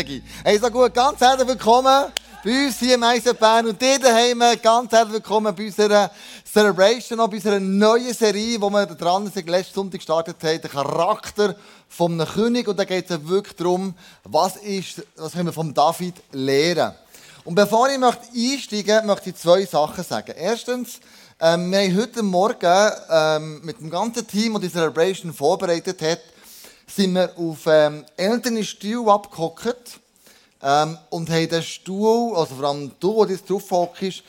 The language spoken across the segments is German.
Regi. Hey, so gut, ganz herzlich willkommen bei uns hier im Eisenbahn und dir daheim. Ganz herzlich willkommen bei unserer Celebration, bei unserer neuen Serie, wo wir dran sind, letzten Sonntag gestartet haben, der Charakter von einem König. Und da geht es wirklich darum, was können wir von David lernen. Und bevor ich einsteige, möchte ich zwei Sachen sagen. Erstens, wir haben heute Morgen mit dem ganzen Team, das die Celebration vorbereitet hat, sind wir auf älteren Stuhl abgehockt und haben den Stuhl, also vor allem du, der jetzt drauf hockst,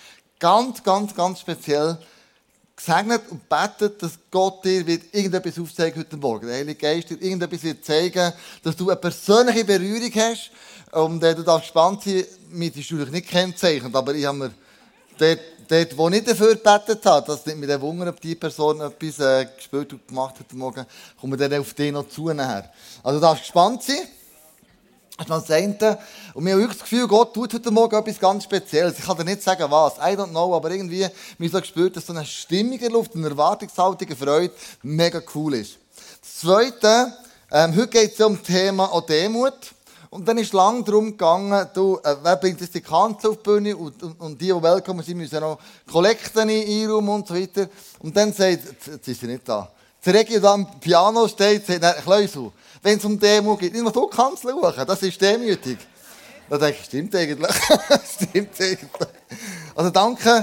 ganz speziell gesegnet und betet, dass Gott dir irgendetwas aufzeigen heute Morgen. Der Heilige Geist dir irgendetwas wird zeigen, dass du eine persönliche Berührung hast. Und du darfst gespannt sein, mich ist natürlich nicht kennzeichnet, aber ich habe mir dort, wo ich dafür gebetet habe, dass nicht mit dem Wunder, ob die Person etwas gespürt und gemacht hat heute Morgen, kommen wir dann auf dich noch zu nachher. Also du darfst gespannt sein. Das ist das eine. Und wir haben wirklich das Gefühl, Gott tut heute Morgen etwas ganz Spezielles. Ich kann dir nicht sagen, was. I don't know, aber irgendwie habe ich so gespürt, dass so eine Stimmung in der Luft, eine Erwartungshaltung, eine Freude mega cool ist. Das Zweite, heute geht es ja um das Thema auch Demut. Und dann ist lange darum gegangen, wer bringt jetzt die Kanzel auf die Bühne und die willkommen sind, müssen noch Kollekten einräumen und so weiter. Und dann sagt, jetzt ist sie nicht da. Die Regi, die am Piano steht, sagt, Kleusel, wenn es um Demut geht, nicht nur du kannst schauen, das ist demütig. Da denke ich, stimmt eigentlich. Stimmt eigentlich. Also danke,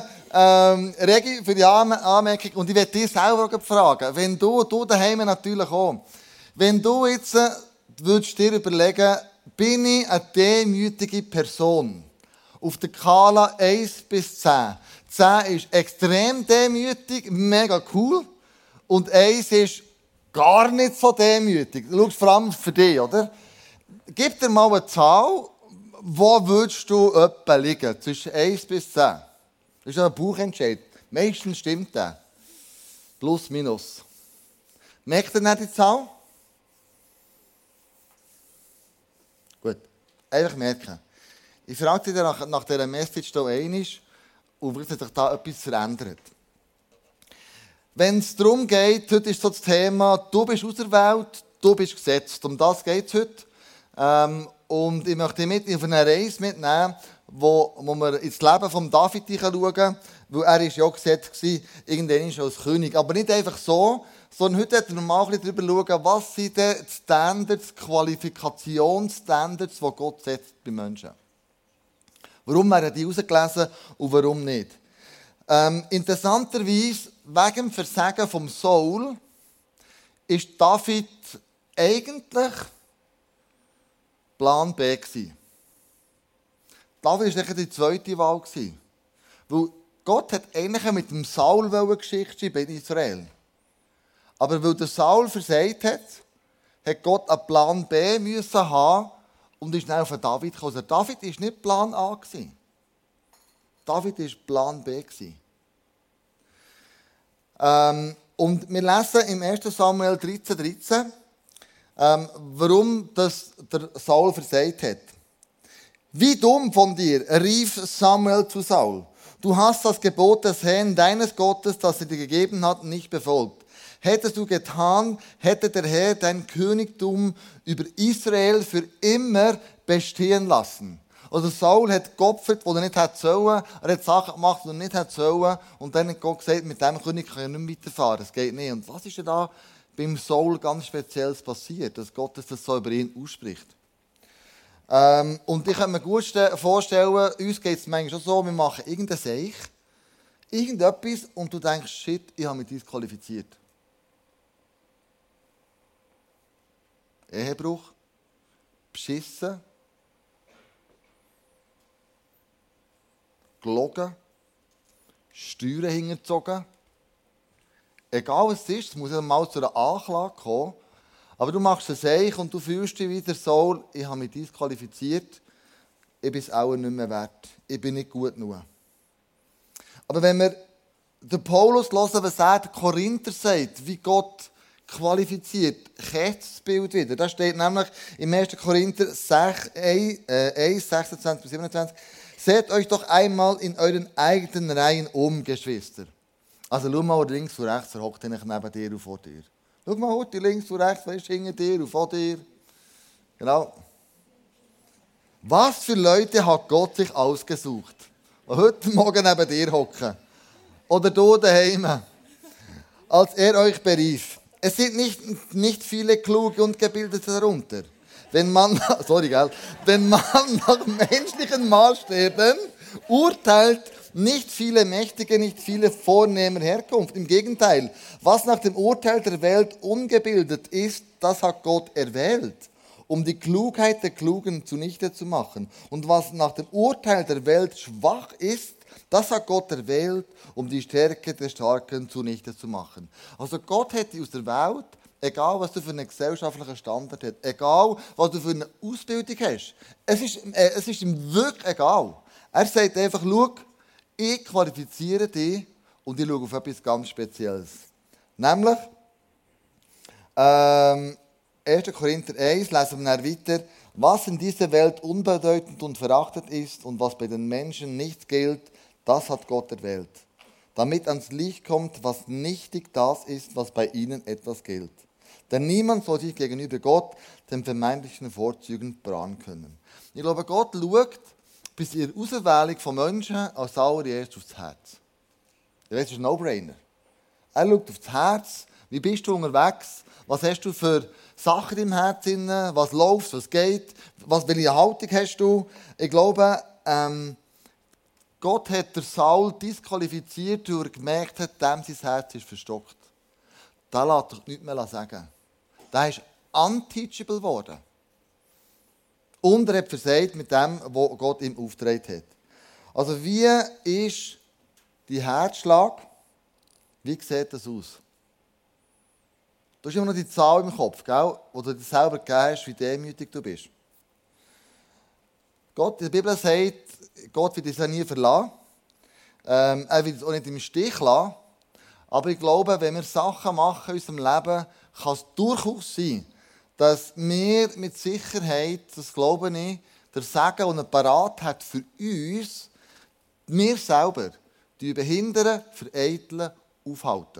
Regi, für die Anmerkung. Und ich werde dich selber auch fragen, wenn du daheim natürlich auch, wenn du jetzt würdest dir überlegen, bin ich eine demütige Person? Auf der Skala 1 bis 10. 10 ist extrem demütig, mega cool. Und 1 ist gar nicht so demütig. Du schaust vor allem für dich, oder? Gib dir mal eine Zahl, wo würdest du etwa liegen? Zwischen 1 bis 10. Das ist ein Bauchentscheid. Meistens stimmt der. Plus, minus. Merkt ihr nicht die Zahl? Gut. Einfach merken. Ich frage dich nach dieser Message hier einmal, und vielleicht hat sich da etwas verändert. Wenn es darum geht, heute ist so das Thema, du bist auserwählt, du bist gesetzt. Um das geht es heute. Und ich möchte dich auf eine Reise mitnehmen, wo wir ins Leben von David schauen, weil er ist ja gesetzt war, irgendwann als König. Aber nicht einfach so, sondern heute werden wir mal ein bisschen darüber schauen, was sind die Standards, Qualifikationsstandards, die Gott setzt bei Menschen. Warum werden die rausgelesen und warum nicht? Interessanterweise, wegen dem Versagen vom Saul, ist David eigentlich Plan B gewesen. David war nicht die zweite Wahl gewesen. Weil Gott hat eigentlich mit dem Saul eine Geschichte schreiben in Israel. Aber weil der Saul versagt hat, hat Gott einen Plan B müssen haben und ist dann auf David gekommen. Also David war nicht Plan A gewesen. David war Plan B gewesen. Und wir lesen im 1. Samuel 13,13, warum das der Saul versagt hat. Wie dumm von dir, rief Samuel zu Saul. Du hast das Gebot des Herrn, deines Gottes, das er dir gegeben hat, nicht befolgt. Hättest du getan, hätte der Herr dein Königtum über Israel für immer bestehen lassen. Also Saul hat geopfert, wo er nicht hätte sollen. Er hat Sachen gemacht, die er nicht hätte sollen. Und dann hat Gott gesagt, mit dem König kann ich nicht weiterfahren. Das geht nicht. Und was ist denn da beim Saul ganz Spezielles passiert, dass Gott das so über ihn ausspricht? Und ich kann mir gut vorstellen, uns geht es manchmal schon so, wir machen irgendein Seich, irgendetwas und du denkst, shit, ich habe mich disqualifiziert. Ehebruch, beschissen, gelogen, Steuern hingezogen. Egal was es ist, es muss ja mal zu einer Anklage kommen. Aber du machst es Seich und du fühlst dich wieder so, ich habe mich disqualifiziert, ich bin es auch nicht mehr wert, ich bin nicht gut genug. Aber wenn wir den Paulus hören, was er den Korinther sagt, wie Gott qualifiziert, kehrt das Bild wieder. Da steht nämlich im 1. Korinther 1, 26 bis 27, seht euch doch einmal in euren eigenen Reihen um, Geschwister. Also schau mal links und rechts, er hockt neben dir und vor dir. Schau mal heute links und rechts, wer ist hinter dir und vor dir. Genau. Was für Leute hat Gott sich ausgesucht, die heute Morgen neben dir hocken? Oder du daheim, als er euch berief. Es sind nicht viele Kluge und Gebildete darunter. Wenn man, wenn man nach menschlichen Maßstäben urteilt, nicht viele Mächtige, nicht viele vornehmer Herkunft. Im Gegenteil, was nach dem Urteil der Welt ungebildet ist, das hat Gott erwählt, um die Klugheit der Klugen zunichte zu machen. Und was nach dem Urteil der Welt schwach ist, das hat Gott erwählt, um die Stärke der Starken zunichte zu machen. Also Gott hat dich aus der Welt, egal was du für einen gesellschaftlichen Standard hast, egal was du für eine Ausbildung hast, es ist ihm wirklich egal. Er sagt einfach, schau, ich qualifiziere dich und ich schaue auf etwas ganz Spezielles. Nämlich, 1. Korinther 1 lesen wir dann weiter, was in dieser Welt unbedeutend und verachtet ist und was bei den Menschen nicht gilt, das hat Gott erwählt, damit ans Licht kommt, was nichtig das ist, was bei ihnen etwas gilt. Denn niemand soll sich gegenüber Gott den vermeintlichen Vorzügen bewahren können. Ich glaube, Gott schaut bei der Auserwählung von Menschen als allererstes aufs Herz. Das ist ein No-Brainer. Er schaut aufs Herz, wie bist du unterwegs, was hast du für Sachen im Herzen, was läuft, was geht, welche Haltung hast du. Ich glaube, Gott hat den Saul disqualifiziert, weil er gemerkt hat, dem sein Herz ist verstockt. Da lässt sich nichts mehr sagen. Der ist unteachable geworden. Und er hat versagt mit dem, was Gott ihm aufgetragen hat. Also wie ist dein Herzschlag? Wie sieht das aus? Du hast immer noch die Zahl im Kopf, gell? Wo du dir selber gegeben hast, wie demütig du bist. Gott, in der Bibel sagt, Gott wird uns ja nie verlassen. Er wird uns auch nicht im Stich lassen. Aber ich glaube, wenn wir Sachen machen in unserem Leben, kann es durchaus sein, dass wir mit Sicherheit, das glaube ich, der Segen, den er parat hat für uns, wir selber, die behindern, vereiteln, aufhalten.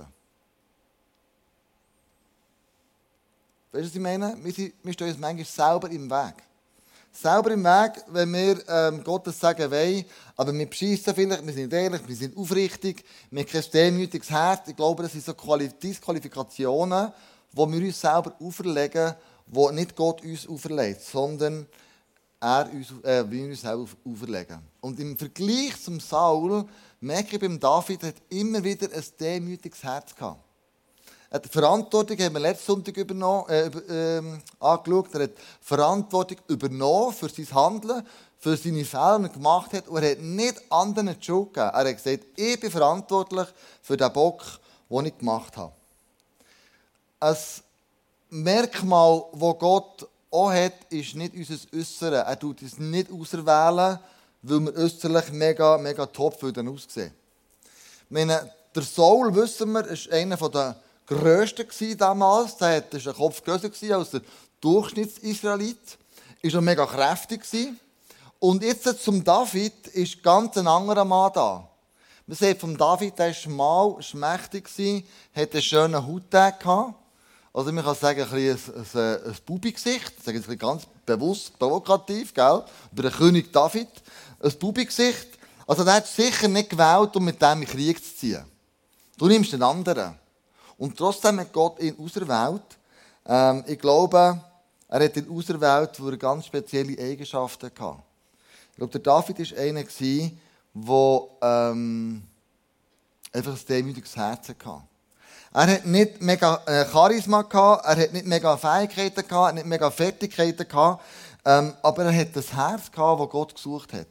Weißt du, was ich meine? Wir stehen uns manchmal selber im Weg. Selber im Weg, wenn wir Gottes sagen wollen, aber wir beschissen vielleicht, wir sind ehrlich, wir sind aufrichtig, wir haben kein demütiges Herz. Ich glaube, das sind so Disqualifikationen, die wir uns selber auferlegen, die nicht Gott uns auferlegt, sondern wir uns selber auferlegen. Und im Vergleich zum Saul merke ich beim David, er hat immer wieder ein demütiges Herz gehabt. Die Verantwortung haben wir letzten Sonntag angeschaut. Er hat Verantwortung übernommen für sein Handeln, für seine Fehler, die er gemacht hat. Und er hat nicht anderen die Schuld gegeben. Er hat gesagt, ich bin verantwortlich für den Bock, den ich gemacht habe. Ein Merkmal, das Gott auch hat, ist nicht unser Äußeres. Er tut uns nicht auserwählen, weil wir äußerlich mega, mega top aussehen. Der Saul, wissen wir, ist einer der grössten damals. Der war ein Kopf grösser als der Durchschnitts-Israelit. Er war auch mega kräftig. Und jetzt zum David ist ganz ein anderer Mann da. Man sieht vom David, der war schmal, schmächtig, hatte einen schönen Hauttag gehabt. Also man kann sagen, ein Bubi-Gesicht. Ich sage jetzt ganz bewusst, provokativ, gell? Über den König David. Ein Bubi-Gesicht. Also der hat sicher nicht gewählt, um mit dem in den Krieg zu ziehen. Du nimmst den anderen. Und trotzdem hat Gott ihn auserwählt. Ich glaube, er hat ihn auserwählt, weil er ganz spezielle Eigenschaften hatte. Ich glaube, der David war einer, der einfach ein demütiges Herz hatte. Er hat nicht mega Charisma gehabt, er hat nicht mega Fähigkeiten gehabt, er hat nicht mega Fertigkeiten gehabt, aber er hat das Herz gehabt, das Gott gesucht hat.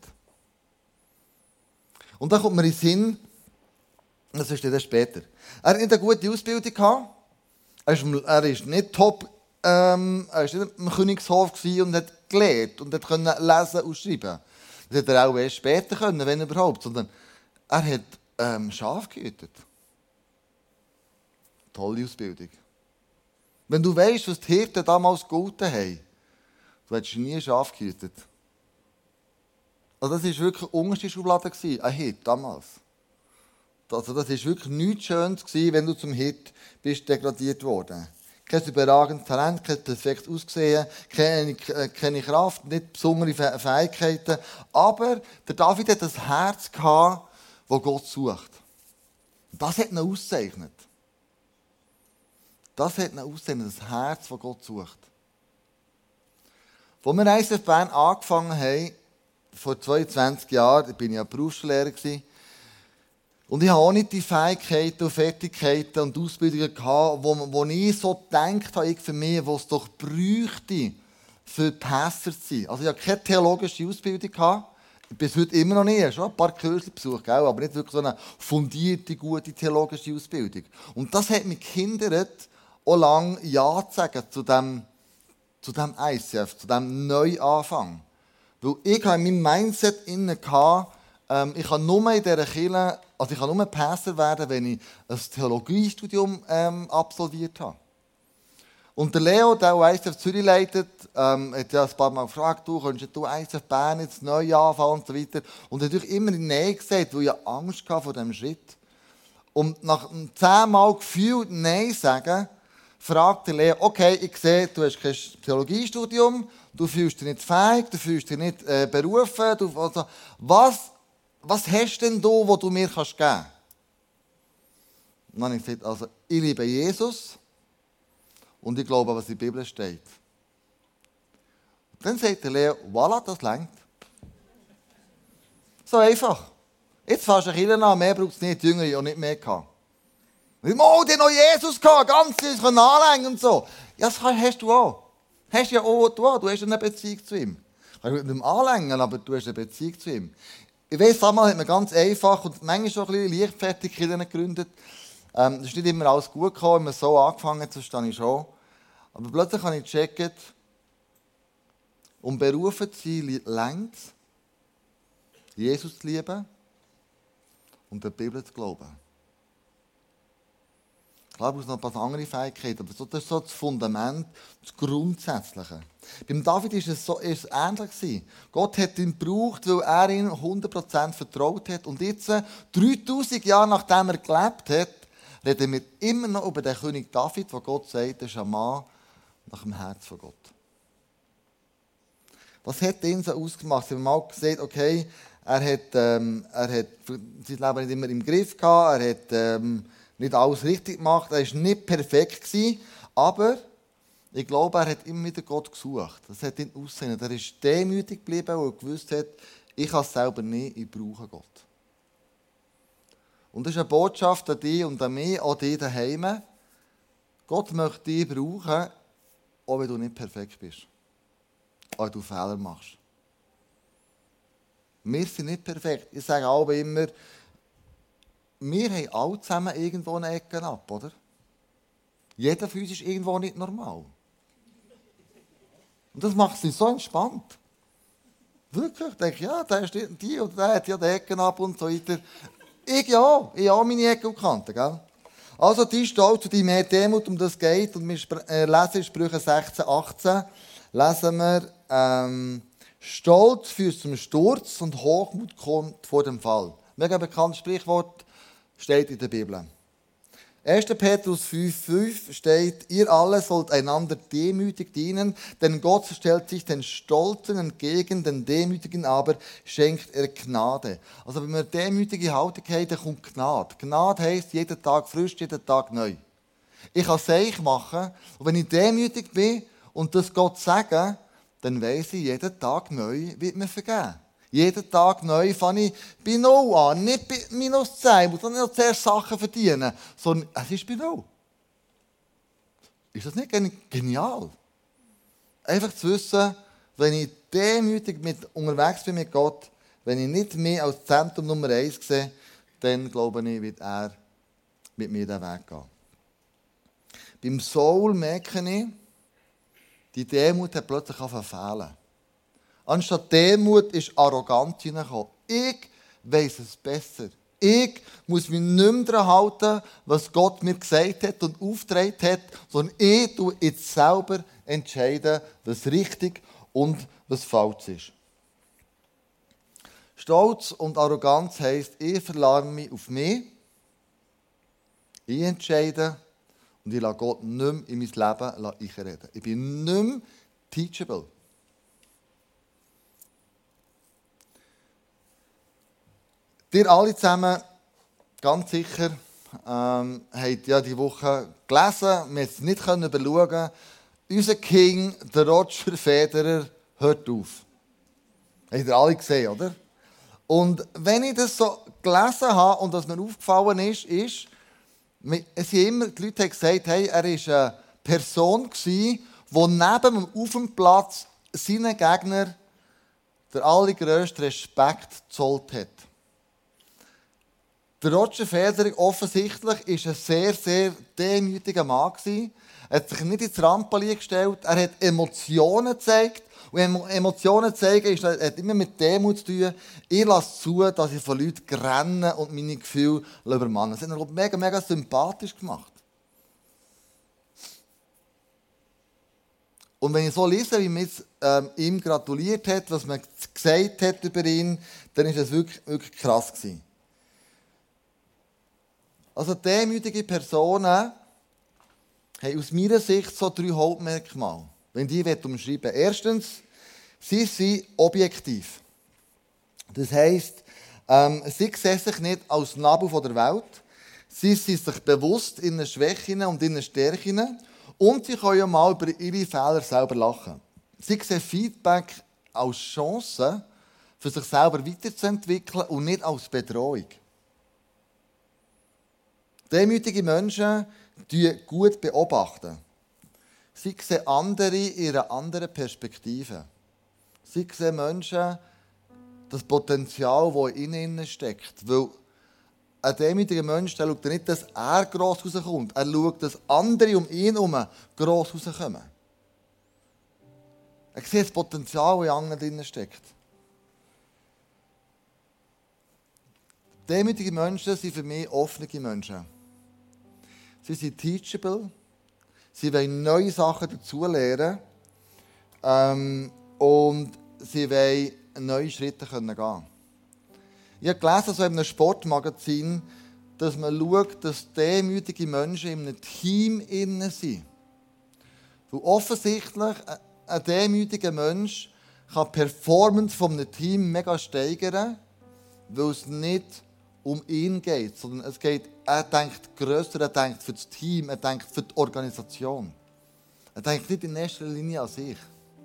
Und dann kommt mir in den Sinn, das ist dann später. Er hat nicht eine gute Ausbildung gehabt. Er war nicht top, er war nicht im Königshof und hat gelernt und hat lesen und schreiben. Das hätte er auch erst später können, wenn überhaupt. Sondern er hat Schafe gehütet. Tolle Ausbildung. Wenn du weißt, was die Hirten damals gehalten haben, du hättest nie ein Schaf gehütet. Also das war wirklich eine unterste Schublade, ein Hirt damals. Also das war wirklich nichts Schönes, wenn du zum Hirt bist degradiert worden. kein überragendes Talent, kein perfektes Aussehen, keine Kraft, nicht besondere Fähigkeiten. Aber der David hat ein Herz gehabt, das Gott sucht. Das hat ihn ausgezeichnet. Das hat ihn ausgezeichnet, das Herz, das Gott sucht. Als wir ICF Bern angefangen haben, vor 22 Jahren, ich war ja Berufsschullehrer, und ich hatte auch nicht die Fähigkeiten und Fertigkeiten und Ausbildungen gehabt, wo ich so gedacht habe, für mich, was es doch bräuchte, für Pastor zu sein. Also ich hatte keine theologische Ausbildung gehabt. Bis heute immer noch nicht. Ich habe schon ein paar Kurse besucht, aber nicht wirklich so eine fundierte, gute theologische Ausbildung. Und das hat mich gehindert, auch lange Ja zu sagen zu dem ICF, zu diesem Neuanfang. Weil ich in meinem Mindset hatte, ich kann nur in dieser Kirche, also ich kann nur Pastor werden, wenn ich ein Theologiestudium absolviert habe. Und der Leo, der ICF Zürich leitet, hat ja ein paar Mal gefragt, könntest du ICF Bern jetzt neu anfangen und so weiter. Und er hat natürlich immer Nein gesagt, weil ich Angst hatte vor diesem Schritt. Und nach 10 Mal gefühlt Nein sagen, fragt der Leo, okay, ich sehe, du hast kein Theologiestudium, du fühlst dich nicht fähig, du fühlst dich nicht berufen. Also, was hast denn du, was du mir geben kannst? Und dann habe ich gesagt, also, ich liebe Jesus und ich glaube, was in der Bibel steht. Und dann sagt der Leo, voilà, das reicht. So einfach. Jetzt fährst du eine Kirche an, mehr braucht es nicht, die Jüngere und nicht mehr gehabt. Oh, die noch Jesus gehabt, ganz das können anlängen und so. Ja, das hast du auch. Hast ja auch du hast eine Beziehung zu ihm. Du kannst nicht anlängen, aber du hast eine Beziehung zu ihm. Ich weiss, damals hat man ganz einfach und manchmal schon ein bisschen leichtfertig Kirchen gegründet. Das ist nicht immer alles gut gekommen, wenn man so angefangen hat, das verstehe ich schon. Aber plötzlich habe ich gecheckt, um berufen zu sein, reicht es, Jesus zu lieben und der Bibel zu glauben. Klar, braucht es noch ein paar andere Fähigkeiten, aber das ist so das Fundament, das Grundsätzliche. Beim David war es ähnlich. Gott hat ihn gebraucht, weil er ihm 100% vertraut hat. Und jetzt, 3000 Jahre nachdem er gelebt hat, reden wir immer noch über den König David, wo Gott sagt, er ist ein Mann nach dem Herz von Gott. Was hat ihn so ausgemacht? Sie haben mal gesagt, okay, er hat sein Leben nicht immer im Griff gehabt, er hat nicht alles richtig gemacht, er war nicht perfekt gewesen, aber ich glaube, er hat immer wieder Gott gesucht. Das hat ihn ausgesehen. Er ist demütig geblieben, weil er gewusst hat, ich kann es selber nicht, ich brauche Gott. Und das ist eine Botschaft an dich und an mich, auch dir daheim. Gott möchte dich brauchen, auch wenn du nicht perfekt bist. Auch wenn du Fehler machst. Wir sind nicht perfekt. Ich sage auch immer, wir haben alle zusammen irgendwo eine Ecke ab, oder? Jeder von uns ist irgendwo nicht normal. Und das macht es so entspannt. Wirklich, ich denke, ja, der ist die oder der hat ja die Ecken ab und so weiter. Ich habe meine Ecke und Kanten, gell? Also, die Stolz und die mehr Demut, um das geht. Und wir lesen in Sprüche 16, 18, lesen wir, Stolz führt zum Sturz und Hochmut kommt vor dem Fall. Mega bekanntes Sprichwort, steht in der Bibel. 1. Petrus 5,5 steht, ihr alle sollt einander demütig dienen, denn Gott stellt sich den Stolzen entgegen, den Demütigen aber schenkt er Gnade. Also wenn wir eine demütige Haltung haben, dann kommt Gnade. Gnade heisst, jeden Tag frisch, jeden Tag neu. Ich kann es machen und wenn ich demütig bin und das Gott sage, dann weiss ich, jeden Tag neu wird mir vergeben. Jeden Tag neu fange ich bei Null an. Nicht bei minus 10. Ich muss nicht noch zuerst Sachen verdienen. Sondern es ist bei Null. Ist das nicht genial? Einfach zu wissen, wenn ich demütig unterwegs bin mit Gott, wenn ich nicht mehr als Zentrum Nummer 1 sehe, dann glaube ich, wird er mit mir den Weg gehen. Beim Saul merke ich, die Demut hat plötzlich fehlen. Anstatt Demut ist Arroganz hineingekommen. Ich weiss es besser. Ich muss mich nicht mehr daran halten, was Gott mir gesagt hat und aufgetragen hat, sondern ich entscheide jetzt selber, was richtig und was falsch ist. Stolz und Arroganz heisst, ich verlasse mich auf mich, ich entscheide Und ich lasse Gott nicht mehr in mein Leben einreden. Ich bin nicht mehr teachable. Ihr alle zusammen, ganz sicher, habt ja diese Woche gelesen, wir konnten es nicht überschauen. Unser King, der Roger Federer, hört auf. Habt ihr alle gesehen, oder? Und wenn ich das so gelesen habe und was mir aufgefallen ist, es sind immer, die Leute haben gesagt, hey, er war eine Person, die neben dem auf dem Platz seinen Gegner den allergrössten Respekt gezollt hat. Der Roger Federer offensichtlich war ein sehr, sehr demütiger Mann. Er hat sich nicht ins Rampenlicht gestellt, er hat Emotionen gezeigt. Und Emotionen zeigen hat immer mit Demut zu tun. Ich lasse zu, dass ich von Leuten renne und meine Gefühle übermannen. Das hat er mega, mega sympathisch gemacht. Und wenn ich so lese, wie man ihm gratuliert hat, was man gesagt hat über ihn, dann war es wirklich, wirklich krass gewesen. Also demütige Personen haben aus meiner Sicht so 3 Hauptmerkmale, wenn die ich umschreiben will. Erstens, sie sind objektiv. Das heisst, sie sehen sich nicht als Nabel der Welt. Sie sind sich bewusst in ihren Schwächen und in ihren Stärken. Und sie können ja mal über ihre Fehler selber lachen. Sie sehen Feedback als Chance, für sich selber weiterzuentwickeln und nicht als Bedrohung. Demütige Menschen beobachten gut. Sie sehen andere in einer anderen Perspektive. Sie sehen Menschen das Potenzial, das in ihnen steckt. Weil ein demütiger Mensch der schaut nicht, dass er gross rauskommt. Er schaut, dass andere um ihn herum gross rauskommen. Er sieht das Potenzial, das in anderen steckt. Demütige Menschen sind für mich offene Menschen. Sie sind teachable. Sie wollen neue Sachen dazulernen. Und sie wollen neue Schritte gehen können. Ich habe gelesen, so in einem Sportmagazin, dass man schaut, dass demütige Menschen in einem Team innen sind. Weil offensichtlich ein demütiger Mensch kann die Performance eines Teams mega steigern, weil es nicht um ihn geht, sondern er denkt grösser, er denkt für das Team, er denkt für die Organisation. Er denkt nicht in erster Linie an sich.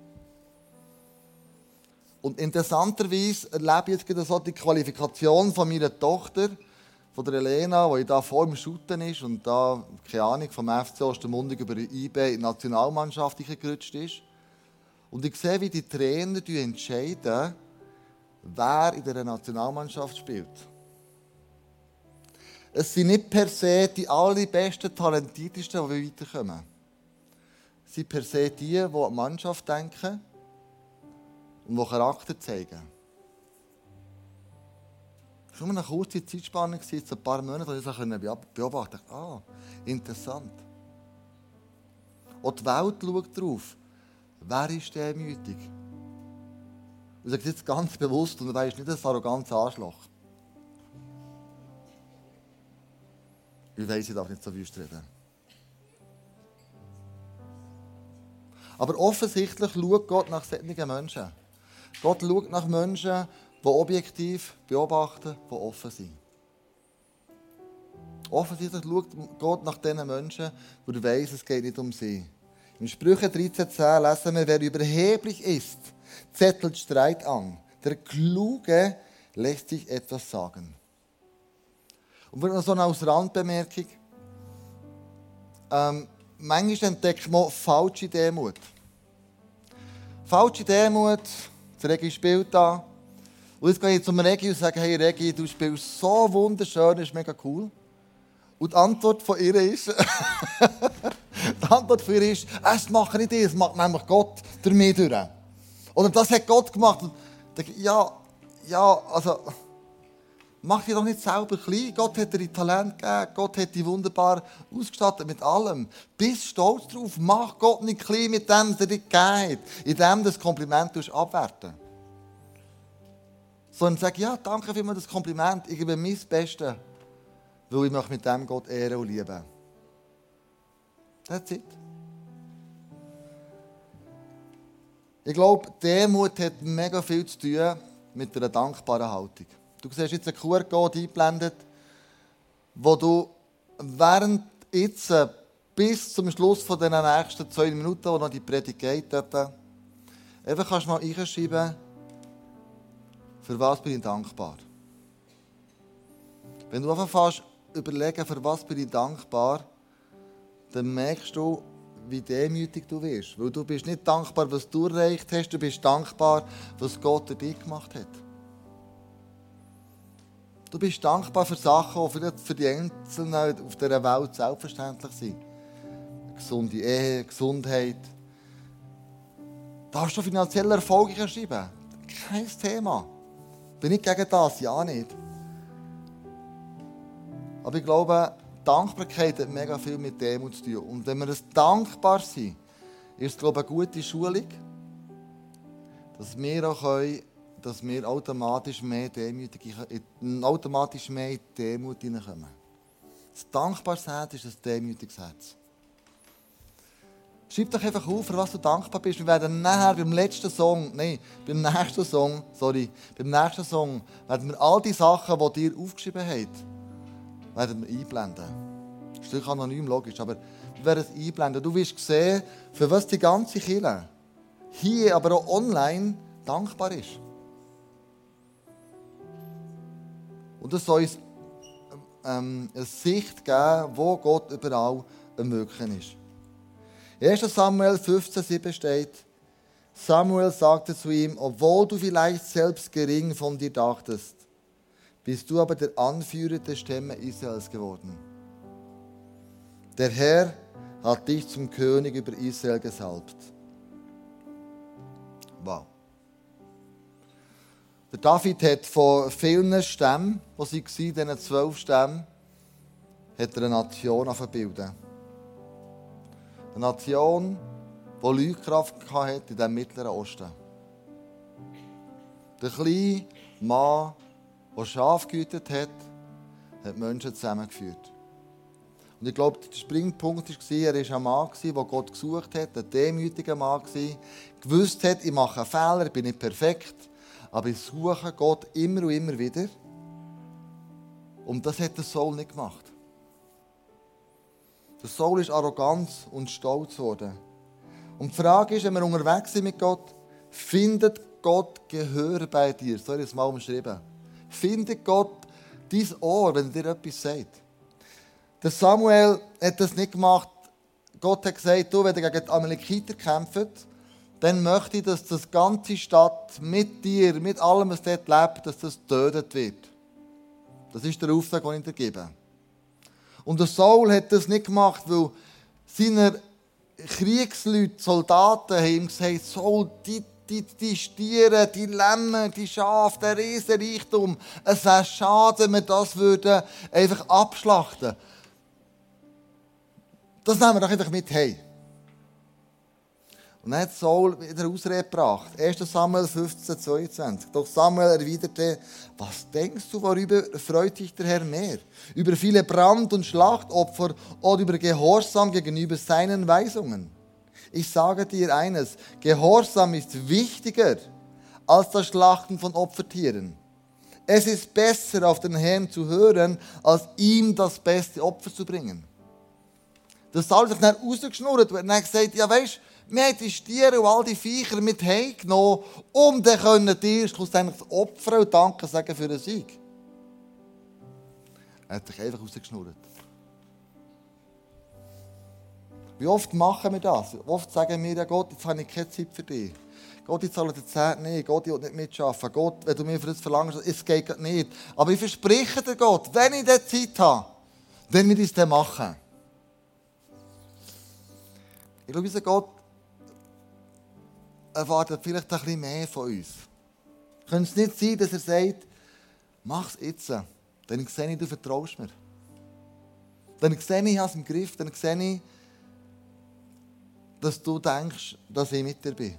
Und interessanterweise erlebe ich jetzt gerade so die Qualifikation von meiner Tochter, von der Elena, die da vor dem Shooten ist und da, keine Ahnung, vom FC Ostermundigen über die IB in die Nationalmannschaft gerutscht ist. Und ich sehe, wie die Trainer entscheiden, wer in dieser Nationalmannschaft spielt. Es sind nicht per se die allerbesten, talentiertesten, die weiterkommen. Es sind per se die an die Mannschaft denken und die Charakter zeigen. Es war nur eine kurze Zeitspanne, jetzt ein paar Monate, wo ich das beobachten konnte. Interessant. Auch die Welt schaut darauf. Wer ist demütig? Und ich sage jetzt ganz bewusst, und wer ist nicht ein arrogantes Arschloch? Ich weiss, ich darf nicht so wüst reden. Aber offensichtlich schaut Gott nach solchen Menschen. Gott schaut nach Menschen, die objektiv beobachten, die offen sind. Offensichtlich schaut Gott nach diesen Menschen, die er weiss, es geht nicht um sie. Im Sprüche 13,10 lesen wir, wer überheblich ist, zettelt Streit an. Der Kluge lässt sich etwas sagen. Und noch so eine als Randbemerkung. Manchmal entdeckt man falsche Demut. Falsche Demut, das Regi spielt da. Und jetzt gehe ich zum Regi und sage, hey Regi, du spielst so wunderschön, das ist mega cool. Und die Antwort von ihr ist, es mache nicht ich, es macht nämlich Gott durch mich durch. Oder das hat Gott gemacht. Und denke, also, mach dich doch nicht selber klein. Gott hat dir die Talent gegeben, Gott hat dich wunderbar ausgestattet mit allem. Bist stolz drauf, mach Gott nicht klein mit dem, was er dir gegeben hat, indem du das Kompliment abwerten. Sondern sag, ja, danke für das Kompliment, ich gebe mein Bestes, weil ich möchte mit dem Gott ehren und lieben. That's it. Ich glaube, Demut hat mega viel zu tun mit einer dankbaren Haltung. Du siehst jetzt einen QR-Code eingeblendet, wo du während jetzt bis zum Schluss von den nächsten 2 Minuten, wo noch die Predigt geht, einfach kannst du mal reinschreiben, für was bin ich dankbar. Wenn du anfängst überlegen, für was bin ich dankbar, dann merkst du, wie demütig du wirst. Weil du bist nicht dankbar, was du erreicht hast, du bist dankbar, was Gott durch dich gemacht hat. Du bist dankbar für Sachen, die vielleicht für die Einzelnen auf dieser Welt selbstverständlich sind. Eine gesunde Ehe, Gesundheit. Darfst du finanzielle Erfolge schreiben? Kein Thema. Bin ich gegen das? Ja, nicht. Aber ich glaube, Dankbarkeit hat mega viel mit Demut zu tun. Und wenn wir das dankbar sind, ist es, glaube ich, eine gute Schulung, dass wir auch können, dass wir automatisch mehr in die Demut hineinkommen. Das dankbares Herz ist ein demütiges Herz. Schreib doch einfach auf, für was du dankbar bist. Wir werden nachher beim nächsten Song werden wir all die Sachen, die dir aufgeschrieben habt, werden wir einblenden. Das ist natürlich anonym, logisch, aber wir werden es einblenden. Du wirst sehen, für was die ganze Kirche hier, aber auch online dankbar ist. Und es soll uns eine Sicht geben, wo Gott überall am Wirken ist. 1. Samuel 15,7 steht, Samuel sagte zu ihm, obwohl du vielleicht selbst gering von dir dachtest, bist du aber der Anführer der Stämme Israels geworden. Der Herr hat dich zum König über Israel gesalbt. Wow. Der David hat von vielen Stämmen, die sie waren, diesen 12 Stämmen, hat er eine Nation bilden. Eine Nation, die Leuchtkraft hatte in diesem Mittleren Osten. Der kleine Mann, der Schafe gehütet hat, hat Menschen zusammengeführt. Und ich glaube, der Springpunkt war, er war ein Mann, der Gott gesucht hat, ein demütiger Mann, gewusst hat, ich mache einen Fehler, ich bin nicht perfekt, aber ich suche Gott immer und immer wieder. Und das hat der Saul nicht gemacht. Der Saul ist arrogant und stolz geworden. Und die Frage ist, wenn wir unterwegs sind mit Gott, findet Gott Gehör bei dir? So habe ich es mal umschrieben. Findet Gott dein Ohr, wenn er dir etwas sagt? Der Samuel hat das nicht gemacht. Gott hat gesagt, du, wenn ihr gegen die Amalekiter kämpft, dann möchte ich, dass das ganze Stadt mit dir, mit allem, was dort lebt, dass das getötet wird. Das ist der Auftrag, den ich dir gebe. Und der Saul hat das nicht gemacht, weil seine Kriegsleute, Soldaten, haben ihm gesagt, Saul, die Stiere, die Lämmer, die Schafe, der Riesenreichtum, es wäre schade, wenn wir das einfach abschlachten würden. Das nehmen wir doch einfach mit heim. Und dann hat Saul wieder Ausrede gebracht. 1. Samuel 15,22. Doch Samuel erwiderte, was denkst du, worüber freut sich der Herr mehr? Über viele Brand- und Schlachtopfer oder über Gehorsam gegenüber seinen Weisungen? Ich sage dir eines, Gehorsam ist wichtiger als das Schlachten von Opfertieren. Es ist besser, auf den Herrn zu hören, als ihm das beste Opfer zu bringen. Der Saul hat sich dann rausgeschnurrt und hat gesagt, ja weisst, wir haben die Stiere und all die Viecher mit heimgenommen, um dann dir schlussendlich das Opfer und Danke sagen für den Sieg. Er hat sich einfach rausgeschnurrt. Wie oft machen wir das? Oft sagen wir, ja Gott, jetzt habe ich keine Zeit für dich. Gott, ich zahle dir 10, nein, Gott, ich will nicht mitarbeiten. Gott, wenn du mir für das verlangst, es geht nicht. Aber ich verspreche dir, Gott, wenn ich diese Zeit habe, dann will ich es dann machen. Ich glaube, unser Gott erwartet vielleicht ein bisschen mehr von uns. Könnte es nicht sein, dass er sagt, mach es jetzt, dann sehe ich, du vertraust mir. Dann sehe ich, ich habe es im Griff, dann sehe ich, dass du denkst, dass ich mit dir bin.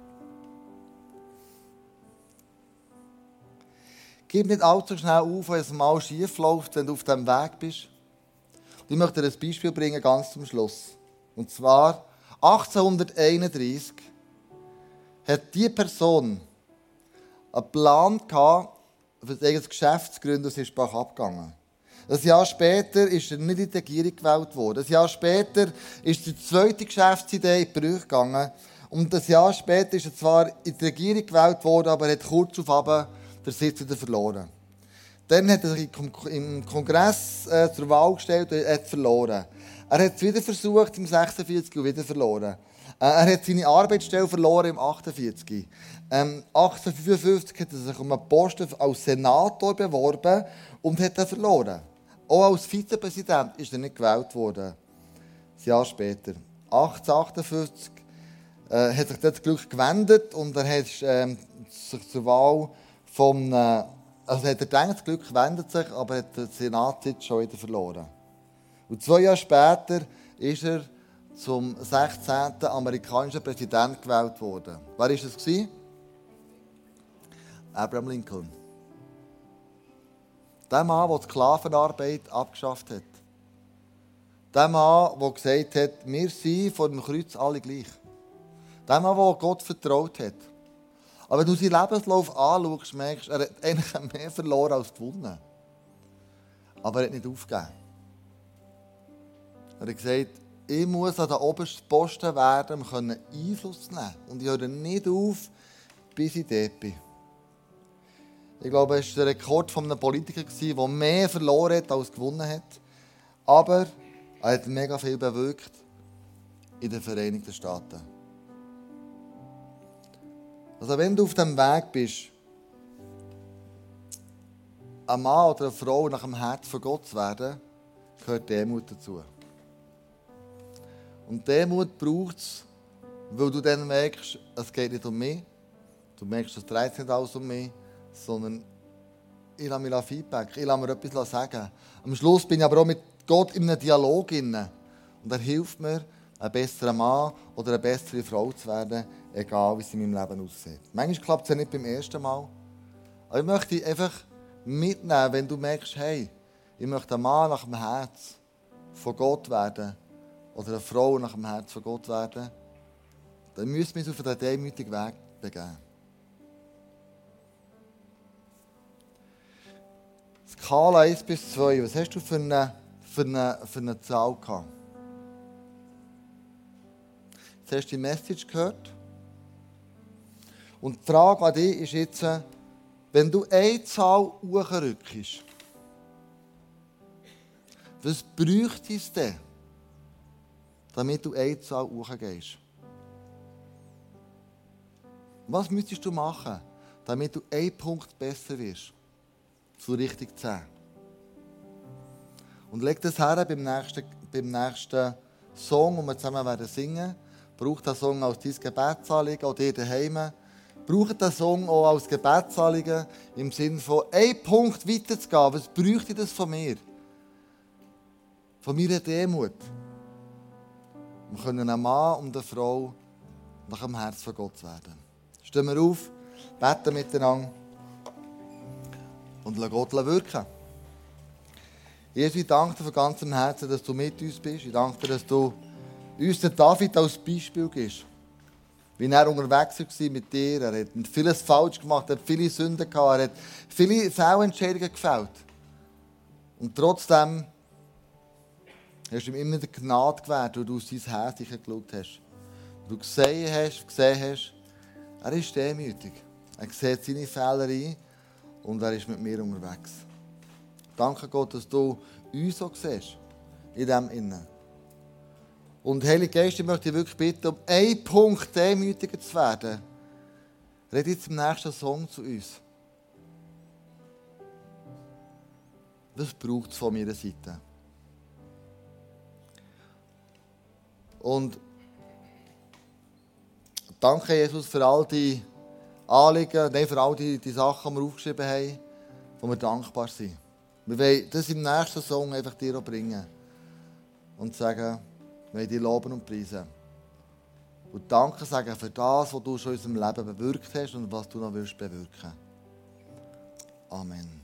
Gib nicht allzu schnell auf, wenn es mal schief läuft, wenn du auf diesem Weg bist. Und ich möchte dir ein Beispiel bringen, ganz zum Schluss. Und zwar 1831 hat diese Person einen Plan gehabt, für ein eigenes Geschäft zu gründen, und sie ist bach abgegangen. Ein Jahr später ist er nicht in die Regierung gewählt worden. Ein Jahr später ist die zweite Geschäftsidee in die Brüche gegangen. Und ein Jahr später ist er zwar in die Regierung gewählt worden, aber er hat kurz darauf den Sitz wieder verloren. Dann hat er sich im Kongress zur Wahl gestellt und hat verloren. Er hat es wieder versucht im 46 und wieder verloren. Er hat seine Arbeitsstelle verloren im 48. 1855 hat er sich um einen Posten als Senator beworben und hat ihn verloren. Auch als Vizepräsident ist er nicht gewählt worden. Ein Jahr später. 1858 hat sich das Glück gewendet und er hat sich zur Wahl vom... Also hat er gedacht, das Glück wendet sich, aber hat den Senatssitz schon wieder verloren. Und 2 Jahre später ist er zum 16. amerikanischen Präsident gewählt worden. Wer war es? Abraham Lincoln. Der Mann, der die Sklavenarbeit abgeschafft hat. Der Mann, der gesagt hat, wir sind vor dem Kreuz alle gleich. Der Mann, der Gott vertraut hat. Aber wenn du seinen Lebenslauf anschaust, merkst du, er hat eigentlich mehr verloren als gewonnen. Aber er hat nicht aufgegeben. Er hat gesagt, ich muss an den obersten Posten werden, um Einfluss zu nehmen. Und ich höre nicht auf, bis ich dort bin. Ich glaube, es war der Rekord von einem Politiker, der mehr verloren hat, als gewonnen hat. Aber er hat mega viel bewirkt in den Vereinigten Staaten. Also wenn du auf dem Weg bist, ein Mann oder eine Frau nach dem Herz von Gott zu werden, gehört Demut dazu. Und Demut braucht es, weil du dann merkst, es geht nicht um mich. Du merkst, es dreht sich nicht alles um mich, sondern ich lasse mir Feedback, ich lasse mir etwas sagen. Am Schluss bin ich aber auch mit Gott in einem Dialog inne. Und er hilft mir, ein besserer Mann oder eine bessere Frau zu werden, egal wie es in meinem Leben aussieht. Manchmal klappt es ja nicht beim ersten Mal. Aber ich möchte dich einfach mitnehmen, wenn du merkst, hey, ich möchte ein Mann nach dem Herz von Gott werden oder eine Frau nach dem Herz von Gott werden, dann müssen wir uns auf den demütigen Weg begeben. Skala 1 bis 2, was hast du für eine Zahl gehabt? Jetzt hast du die Message gehört. Und die Frage an dich ist jetzt, wenn du eine Zahl hochrückst, was bräuchte es denn, damit du eine Zahl hochgehst? Was müsstest du machen, damit du einen Punkt besser wirst? Zu richtig 10. Und leg das her beim nächsten Song, den wir zusammen werden singen. Braucht den Song als dein Gebetsanliegen oder dir daheim. Braucht den Song auch als Gebetsanliegen im Sinne von einen Punkt weiterzugehen. Was bräuchte das von mir? Von meiner Demut. Wir können ein Mann und eine Frau nach dem Herz von Gott werden. Stehen wir auf, beten miteinander und lassen Gott wirken. Jesus, ich danke dir von ganzem Herzen, dass du mit uns bist. Ich danke dir, dass du uns den David als Beispiel gibst. Wie er unterwegs war mit dir. Er hat vieles falsch gemacht, er hat viele Sünden gehabt, er hat viele Fehlentscheidungen gefällt. Und trotzdem hast du ihm immer die Gnade gewährt, weil du aus sein Herz geschaut hast. Du gesehen hast, er ist demütig. Er sieht seine Fehler ein und er ist mit mir unterwegs. Danke Gott, dass du uns so siehst, in dem Innen. Und Heilige Geist, ich möchte dich wirklich bitten, um einen Punkt demütiger zu werden. Red jetzt im nächsten Song zu uns. Was braucht es von meiner Seite? Und danke Jesus für all die Anliegen, für all die Sachen, die wir aufgeschrieben haben, wo wir dankbar sind. Wir wollen das im nächsten Song einfach dir auch bringen und sagen, wir wollen dich loben und preisen. Und Danke sagen für das, was du schon in unserem Leben bewirkt hast und was du noch bewirken willst. Amen.